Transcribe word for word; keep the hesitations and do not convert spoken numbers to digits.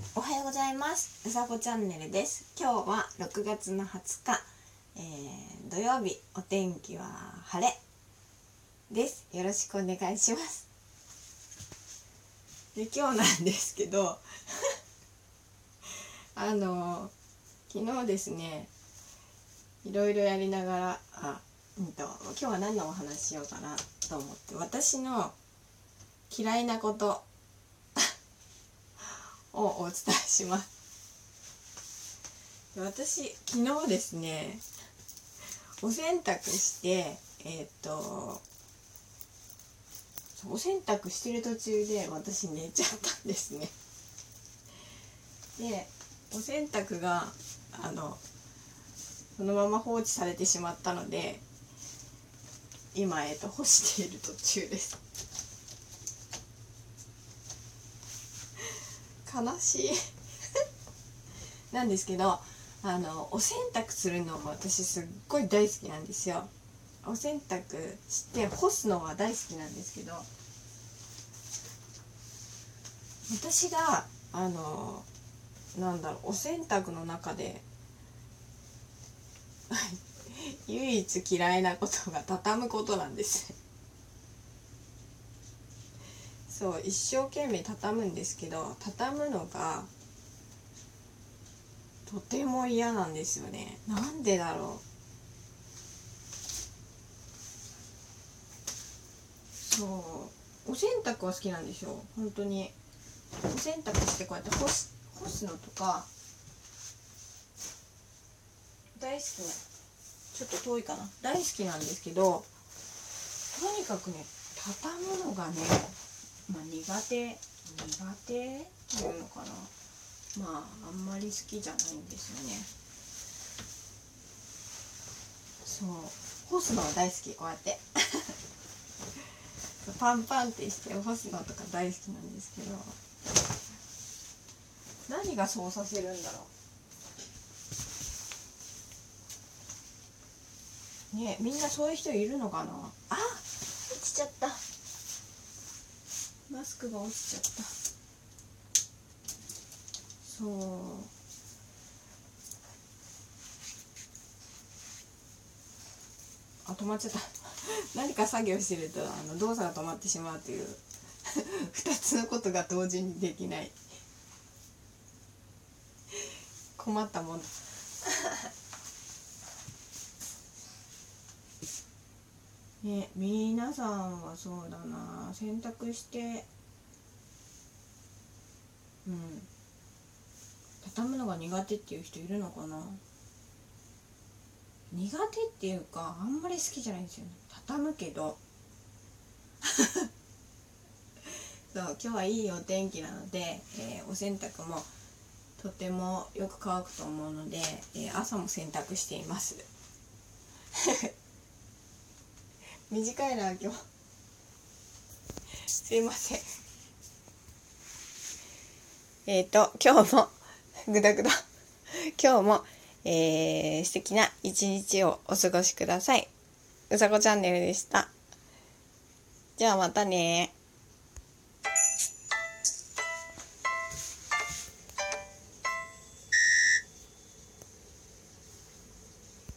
おはようございます。うさこチャンネルです。今日はろくがつのはつか、えー、土曜日、お天気は晴れです。よろしくお願いします。で今日なんですけどあの昨日ですね、いろいろやりながらあ、うんと、今日は何のお話しようかなと思って、私の嫌いなことをお伝えします。私昨日ですね、お洗濯してえっとお洗濯してる途中で私寝ちゃったんですね。でお洗濯があのそのまま放置されてしまったので、今、えっと、干している途中です。悲しいなんですけど、あのお洗濯するのも私すっごい大好きなんですよ。お洗濯して干すのは大好きなんですけど、私があのなんだろうお洗濯の中で唯一嫌いなことが畳むことなんですそう一生懸命畳むんですけど、畳むのがとても嫌なんですよね。なんでだろう。そうお洗濯は好きなんですよ。本当にお洗濯してこうやって干す干すのとか大好きな、ちょっと遠いかな、大好きなんですけど、とにかくね畳むのがね、まあ、苦手苦手っていうのかな、まああんまり好きじゃないんですよね。そう干すのは大好き。こうやってパンパンってして干すのとか大好きなんですけど、何がそうさせるんだろうね。みんなそういう人いるのかなあ。落ちちゃった、マスクが落ちちゃった。そうあ、止まっちゃった何か作業してるとあの動作が止まってしまうというふたつのことが同時にできない困ったもんね。皆さんはそうだな、洗濯してうん畳むのが苦手っていう人いるのかな。苦手っていうかあんまり好きじゃないんですよね。畳むけどそう今日はいいお天気なので、えー、お洗濯もとてもよく乾くと思うので、えー、朝も洗濯しています短いな今日すいません。えっと今日もぐだぐだ今日も、えー、素敵な一日をお過ごしください。うさこチャンネルでした。じゃあまたね。